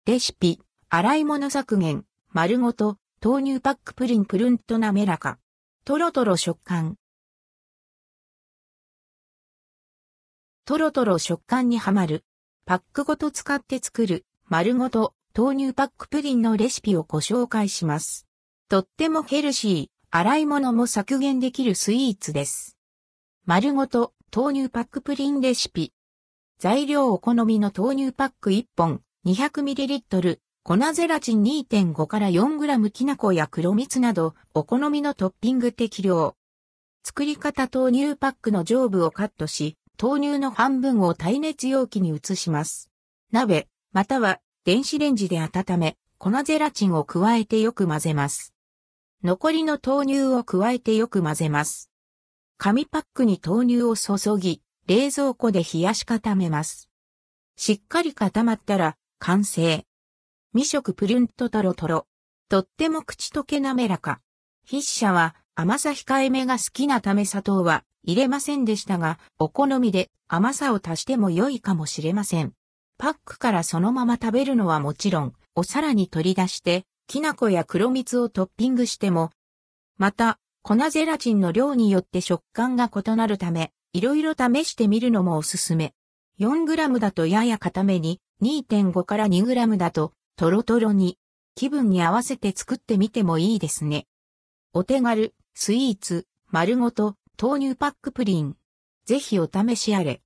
レシピ、洗い物削減、丸ごと、豆乳パックプリンプルンと滑らか。トロトロ食感。トロトロ食感にはまる。パックごと使って作る、丸ごと、豆乳パックプリンのレシピをご紹介します。とってもヘルシー、洗い物も削減できるスイーツです。丸ごと、豆乳パックプリンレシピ。材料お好みの豆乳パック1本、200ml、粉ゼラチン 2.5 から 4g きな粉や黒蜜など、お好みのトッピング適量。作り方豆乳パックの上部をカットし、豆乳の半分を耐熱容器に移します。鍋、または電子レンジで温め、粉ゼラチンを加えてよく混ぜます。残りの豆乳を加えてよく混ぜます。紙パックに豆乳を注ぎ、冷蔵庫で冷やし固めます。しっかり固まったら完成。未食プルンとトロトロ。とっても口溶け滑らか。筆者は甘さ控えめが好きなため砂糖は入れませんでしたが、お好みで甘さを足しても良いかもしれません。パックからそのまま食べるのはもちろん、お皿に取り出して、きな粉や黒蜜をトッピングしても、また、粉ゼラチンの量によって食感が異なるため、いろいろ試してみるのもおすすめ。4g だとやや固めに、2.5 から 2g だとトロトロに、気分に合わせて作ってみてもいいですね。お手軽、スイーツ、丸ごと、豆乳パックプリン。ぜひお試しあれ。